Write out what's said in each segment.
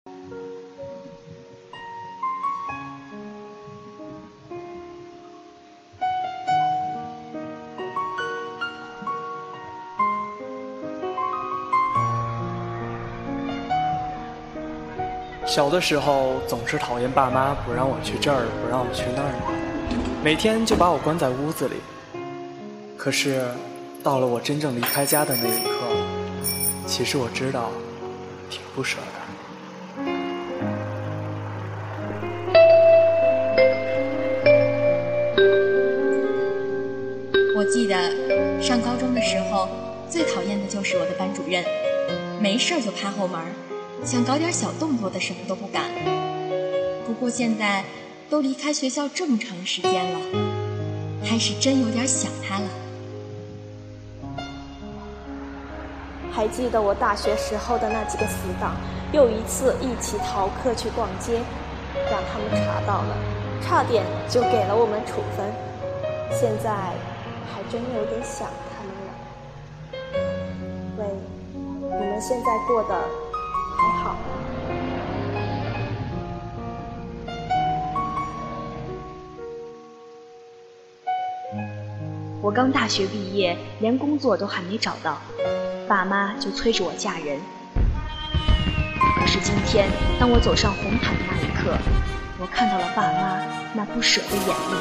小的时候总是讨厌爸妈不让我去这儿，不让我去那儿，每天就把我关在屋子里。可是到了我真正离开家的那一刻，其实我知道挺不舍的。 我记得上高中的时候，最讨厌的就是我的班主任，没事就趴后门，想搞点小动作的什么都不敢。不过现在都离开学校这么长时间了，还是真有点想他了。 还记得我大学时候的那几个死党，有一次一起逃课去逛街，让他们查到了，差点就给了我们处分。现在还真有点想他们了。喂，你们现在过得还好吗？ 我刚大学毕业，连工作都还没找到，爸妈就催着我嫁人。可是今天，当我走上红毯的那一刻，我看到了爸妈那不舍的眼泪。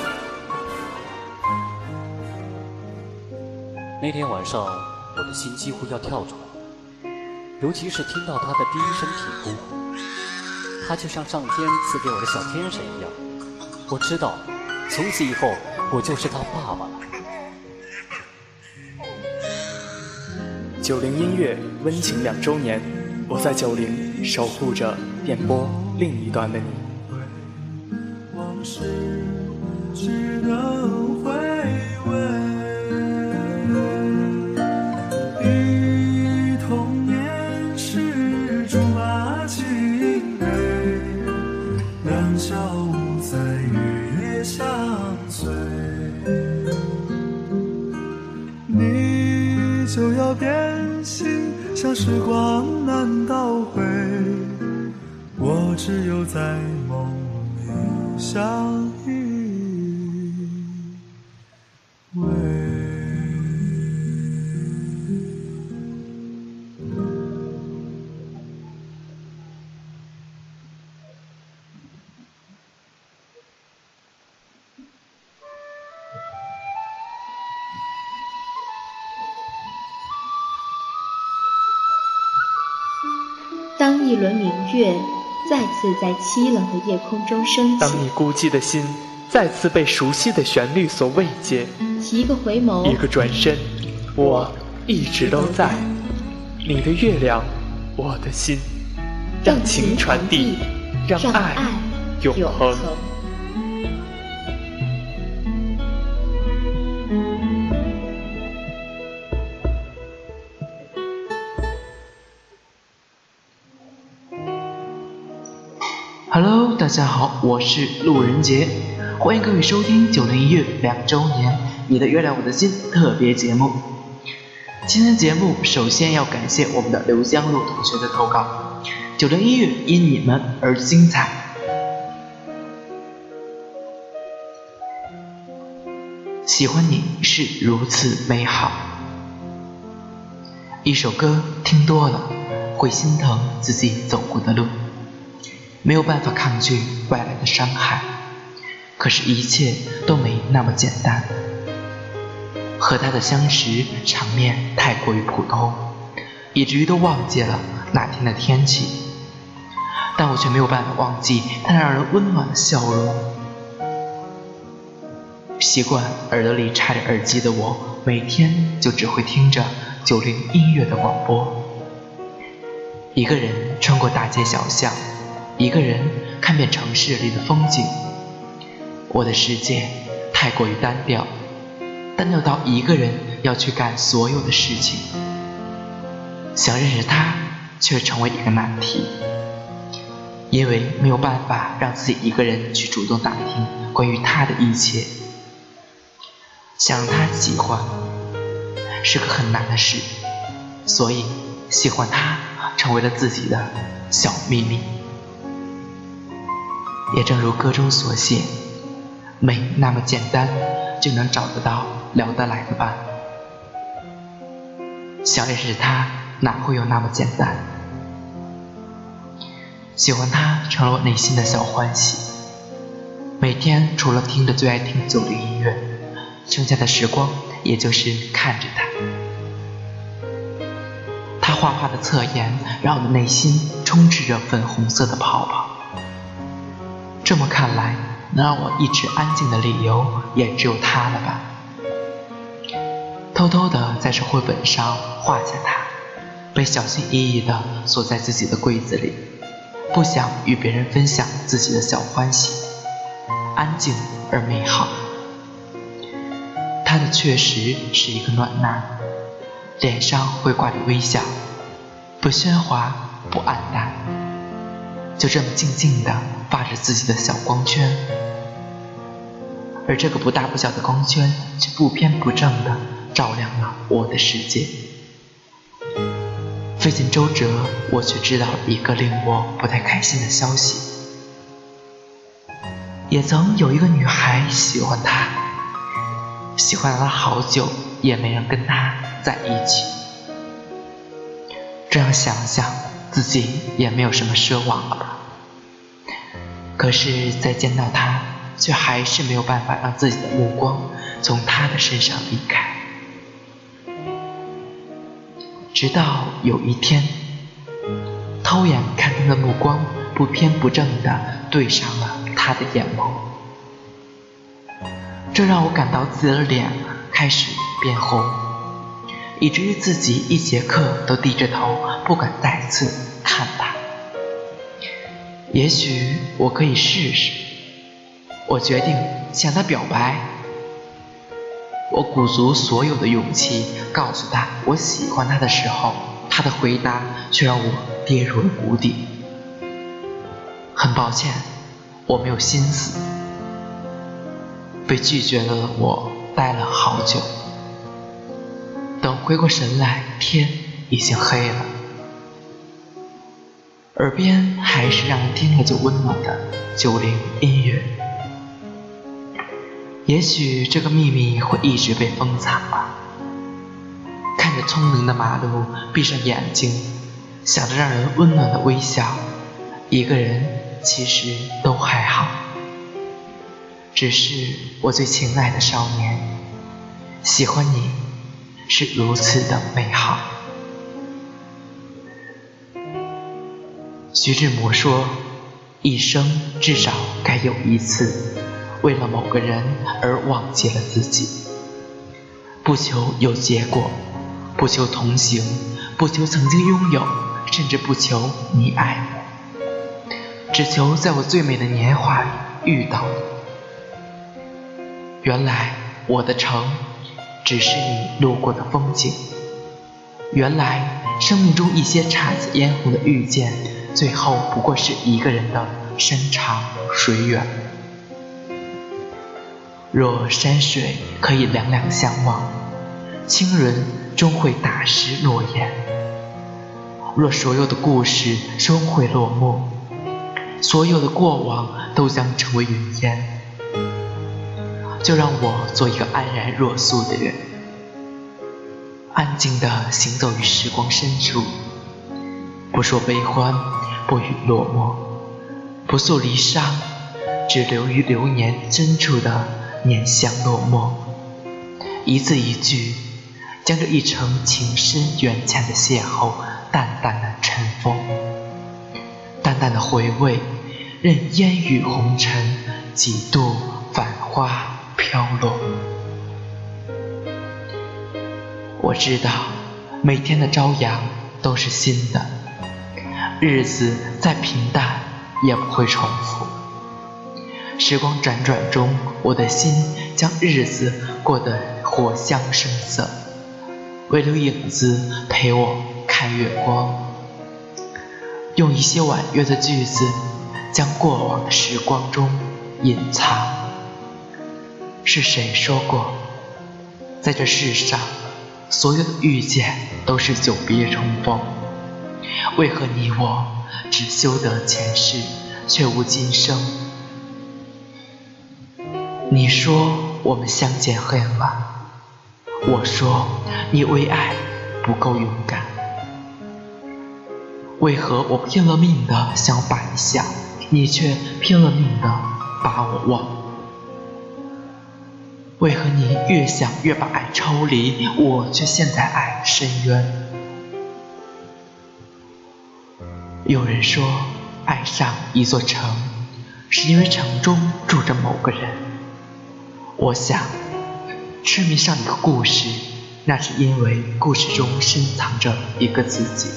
那天晚上，我的心几乎要跳出来，尤其是听到他的第一声啼哭，他就像上天赐给我的小天使一样。我知道，从此以后我就是他爸爸了。 90音乐温情2周年，我在90守护着电波另一端的你。 往事只能回味，忆童年时竹马青梅，两小无猜日夜相随，你就要变心，像时光难倒回，我只有在梦里相依偎。 当一轮明月再次在凄冷的夜空中升起， 当你孤寂的心再次被熟悉的旋律所慰藉， 一个回眸， 一个转身，我一直都在。你的月亮，我的心，让情传递，让爱永恒。 Hello， 大家好，我是路人杰，欢迎各位收听90音乐2周年你的月亮我的心特别节目。今天节目首先要感谢我们的刘香露同学的投稿，90音乐因你们而精彩。喜欢你是如此美好，一首歌听多了会心疼自己走过的路，没有办法抗拒外来的伤害，可是一切都没那么简单。和他的相识场面太过于普通，以至于都忘记了那天的天气，但我却没有办法忘记他让人温暖的笑容。习惯耳朵里插着耳机的我，每天就只会听着90音乐的广播，一个人穿过大街小巷，一个人看遍城市里的风景。我的世界太过于单调，单调到一个人要去干所有的事情。想认识他却成为一个难题，因为没有办法让自己一个人去主动打听关于他的一切。想让他喜欢是个很难的事，所以喜欢他成为了自己的小秘密。也正如歌中所写，没那么简单就能找得到聊得来的伴。想认识他，哪会有那么简单？喜欢他成了我内心的小欢喜。每天除了听着最爱听的90音乐，剩下的时光也就是看着他。他画画的侧颜让我的内心充斥着粉红色的泡泡。这么看来，能让我一直安静的理由也只有他了吧。偷偷的在手绘本上画下他，被小心翼翼的锁在自己的柜子里，不想与别人分享自己的小欢喜，安静而美好。他的确实是一个暖男，脸上会挂着微笑，不喧哗，不黯淡，就这么静静地发着自己的小光圈。而这个不大不小的光圈却不偏不正地照亮了我的世界。费尽周折，我却知道了一个令我不太开心的消息。也曾有一个女孩喜欢他，喜欢了好久，也没人跟他在一起。这样想想，自己也没有什么奢望了吧。可是再见到他，却还是没有办法让自己的目光从他的身上离开。直到有一天，偷眼看他的目光不偏不正地对上了他的眼眸，这让我感到自己的脸开始变红，以至于自己一节课都低着头不敢再次看他。也许我可以试试，我决定向他表白。我鼓足所有的勇气告诉他我喜欢他的时候，他的回答却让我跌入了谷底。很抱歉，我没有心思。被拒绝了我待了好久，等回过神来，天已经黑了。耳边还是让人听了就温暖的90音乐。也许这个秘密会一直被封藏吧。看着聪明的马路，闭上眼睛，想着让人温暖的微笑，一个人其实都还好。只是我最亲爱的少年，喜欢你是如此的美好。徐志摩说，一生至少该有一次为了某个人而忘记了自己，不求有结果，不求同行，不求曾经拥有，甚至不求你爱我，只求在我最美的年华里遇到你。原来我的城只是你路过的风景，原来生命中一些姹紫嫣红的遇见，最后不过是一个人的山长水远。若山水可以两两相望，亲人终会打湿诺言。若所有的故事终会落幕，所有的过往都将成为云烟。就让我做一个安然若素的人，安静地行走于时光深处，不说悲欢，不语落寞，不诉离殇，只留于流年深处的念香落寞。一字一句，将这一程情深缘浅的邂逅淡淡的尘封，淡淡的回味，任烟雨红尘几度繁花飘落。我知道每天的朝阳都是新的，日子再平淡也不会重复。时光辗转中，我的心将日子过得活香生色，唯留影子陪我看月光。用一些婉约的句子将过往的时光中隐藏。是谁说过，在这世上所有的遇见都是久别重逢， 为何你我只修得前世，却无今生？你说我们相见恨晚，我说你为爱不够勇敢。为何我拼了命的想把你想，你却拼了命的把我忘？为何你越想越把爱抽离，我却陷在爱的深渊？有人说，爱上一座城，是因为城中住着某个人。我想，痴迷上一个故事，那是因为故事中深藏着一个自己。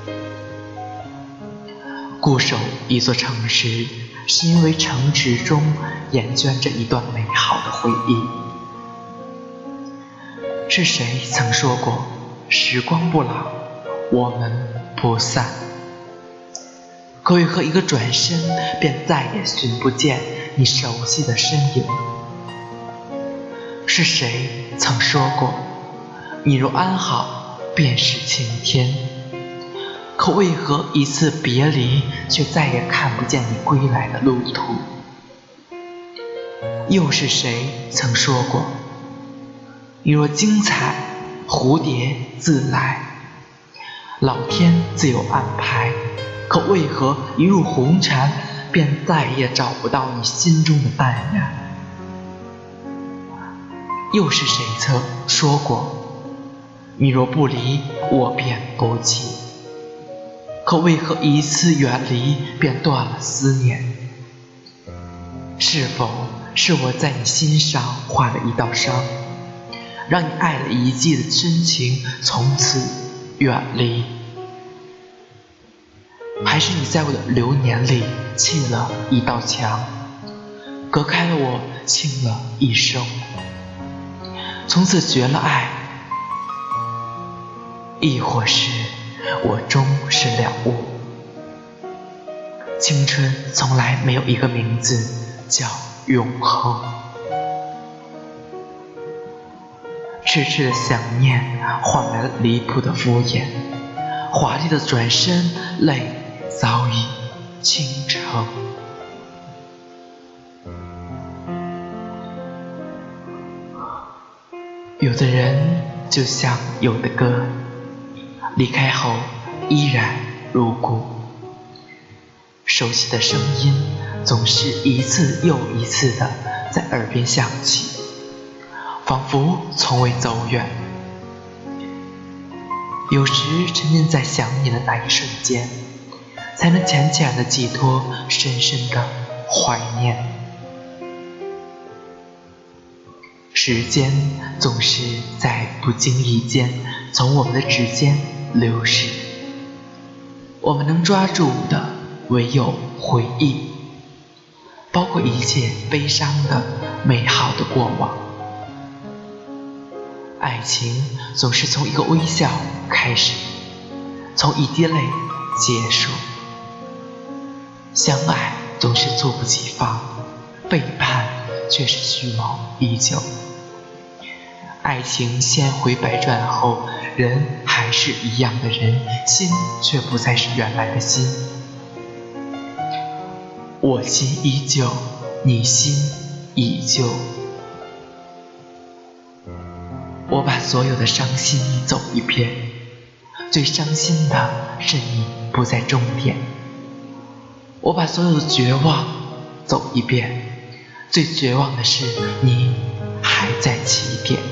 固守一座城池，是因为城池中延续着一段美好的回忆。是谁曾说过，时光不老，我们不散？可为何一个转身，便再也寻不见你熟悉的身影？是谁曾说过，你若安好，便是晴天？可为何一次别离，却再也看不见你归来的路途？又是谁曾说过，你若精彩，蝴蝶自来，老天自有安排。可为何一入红尘，便再也找不到你心中的淡然？又是谁曾说过，你若不离，我便不弃。可为何一次远离，便断了思念？是否是我在你心上画了一道伤，让你爱了一季的深情从此远离？还是你在我的流年里砌了一道墙，隔开了我倾了一生，从此绝了爱？亦或是我终是了悟，青春从来没有一个名字叫永恒。痴痴的想念换来了离谱的敷衍，华丽的转身，泪早已倾城。有的人就像有的歌，离开后依然如故，熟悉的声音总是一次又一次的在耳边响起，仿佛从未走远。有时沉浸在想你的那一瞬间，才能浅浅的寄托深深的怀念。时间总是在不经意间从我们的指尖流逝，我们能抓住的唯有回忆，包括一切悲伤的美好的过往。爱情总是从一个微笑开始，从一滴泪结束。相爱总是猝不及防，背叛却是蓄谋已久。爱情千回百转后，人还是一样的人，心却不再是原来的心。我心依旧，你心依旧。我把所有的伤心走一遍，最伤心的是你不在终点。我把所有的绝望走一遍，最绝望的是你还在起点。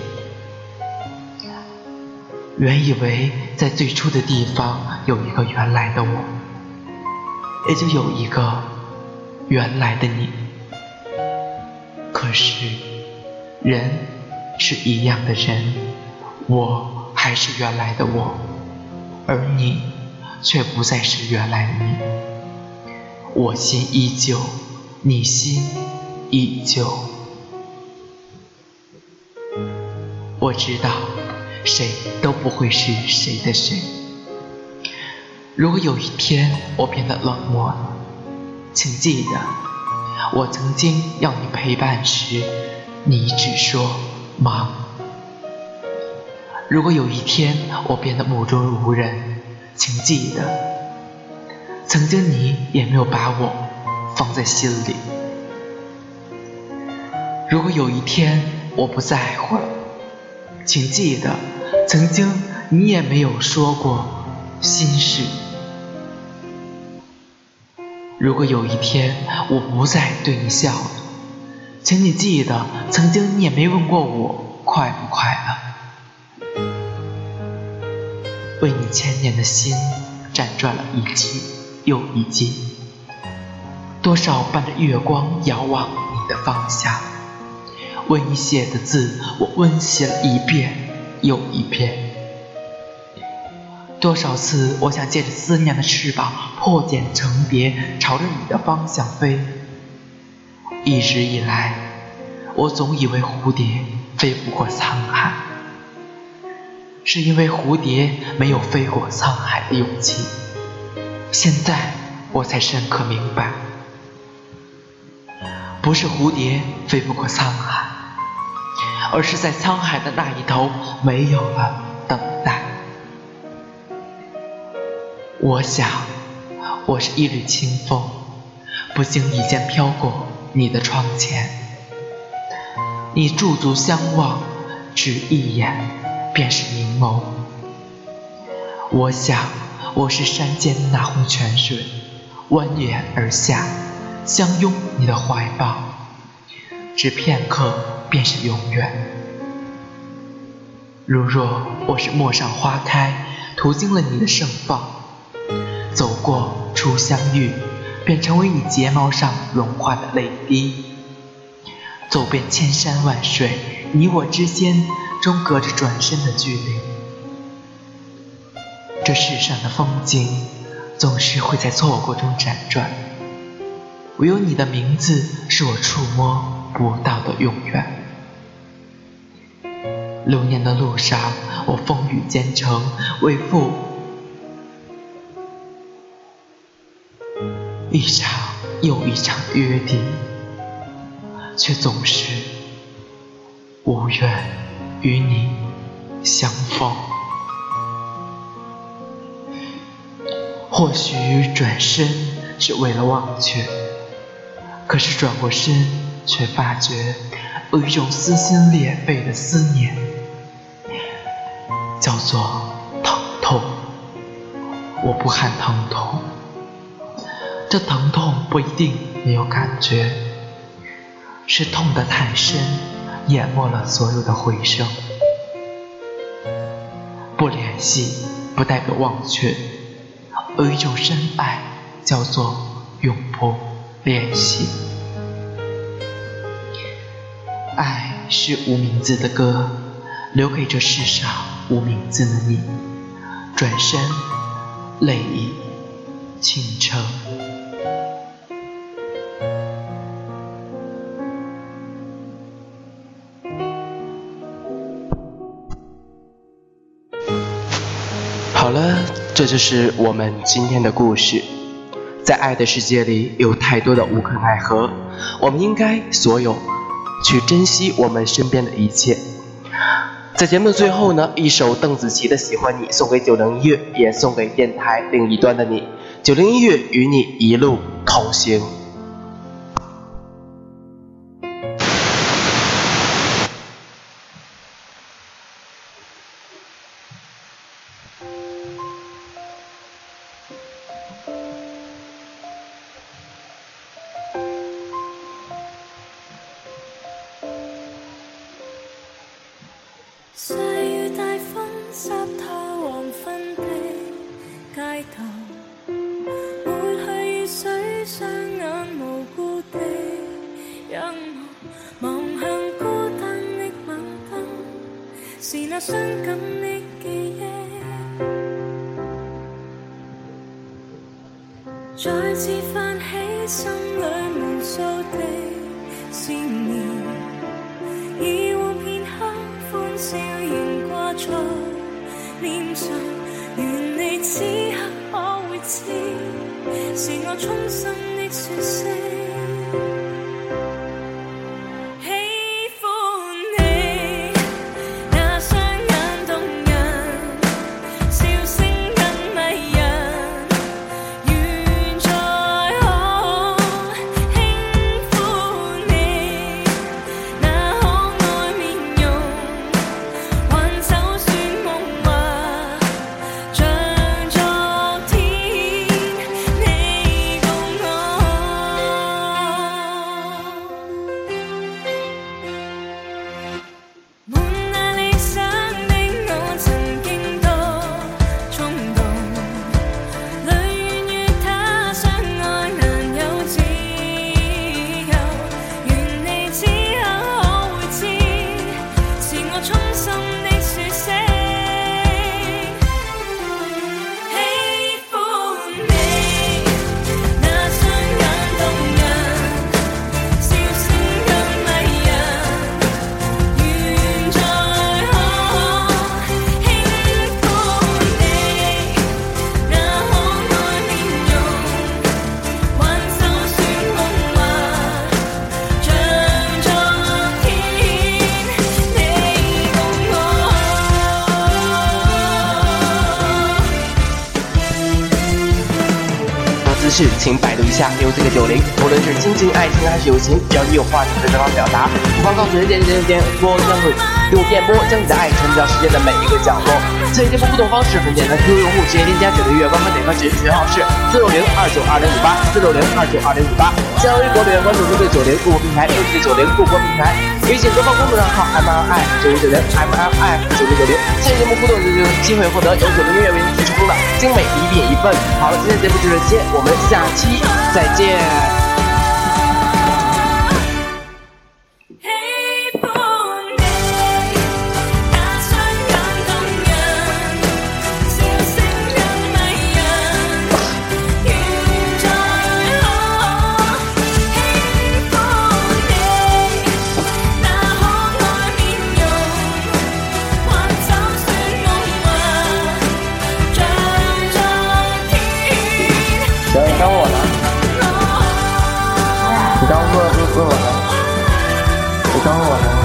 原以为在最初的地方有一个原来的我，也就有一个原来的你。可是人是一样的人，我还是原来的我，而你却不再是原来的你。我心依旧，你心依旧。我知道谁都不会是谁的谁。如果有一天我变得冷漠了，请记得，我曾经要你陪伴时，你只说忙。如果有一天我变得目中无人， 请记得，曾经你也没有把我放在心里。如果有一天我不在乎了，请记得，曾经你也没有说过心事。如果有一天我不再对你笑了，请你记得，曾经你也没问过我快不快乐。为你千年的心辗转了一季又一季，多少伴着月光遥望你的方向，为你写的字我温习了一遍又一遍。多少次我想借着思念的翅膀破茧成蝶，朝着你的方向飞。一直以来，我总以为蝴蝶飞不过沧海，是因为蝴蝶没有飞过沧海的勇气。现在我才深刻明白，不是蝴蝶飞不过沧海，而是在沧海的那一头没有了等待。我想，我是一缕清风，不经意间飘过你的窗前。你驻足相望，只一眼便是凝眸。我想，我是山间那泓泉水，蜿蜒而下，相拥你的怀抱，只片刻便是永远。如若我是陌上花开，途经了你的盛放，走过初相遇，便成为你睫毛上融化的泪滴。走遍千山万水，你我之间终隔着转身的距离。这世上的风景总是会在错过中辗转，唯有你的名字是我触摸不到的永远。流年的路上，我风雨兼程，为赴一场又一场约定，却总是无缘与你相逢。或许转身是为了忘却，可是转过身却发觉有一种撕心裂肺的思念，叫做疼痛。我不喊疼痛，这疼痛不一定没有感觉，是痛得太深，淹没了所有的回声。不联系不代表忘却，有一种深爱叫做永不联系。爱是无名字的歌，留给这世上无名字的你。转身，泪已倾城。 好了，这就是我们今天的故事。在爱的世界里有太多的无可奈何，我们应该所有去珍惜我们身边的一切。在节目的最后呢，一首邓紫棋的《喜欢你》送给90音乐，也送给电台另一端的你。90音乐与你一路同行。 細雨大風濕透黃昏的街頭，抹去雨水，雙眼無辜地仰望，望向孤單的晚燈，是那傷感的記憶，再次泛起心裏無數的思念，以往片刻歡笑仍掛在臉上，願你此刻可會知，是我衷心的說聲喜歡你，那雙眼動人，笑聲更迷人。 式，请百度一下柚子的90，无论是亲情、爱情还是友情，只要你有话就在这方表达，不妨告诉人点播将会用电波将你的爱传递到世界的每一个角落。参与节目互动方式很简单 ，QQ 用户直接添加9个月官方点歌群，群号是460292058，460292058。新浪微博留言关注柚子90录播平台，柚子90录播平台。微信官方公众账号 MRI9090，MRI9090。参与节目互动就有机会获得由90音乐为您提供的精美礼品1份。好了，今天的节目就这些，我们下期再见。 你当我呢？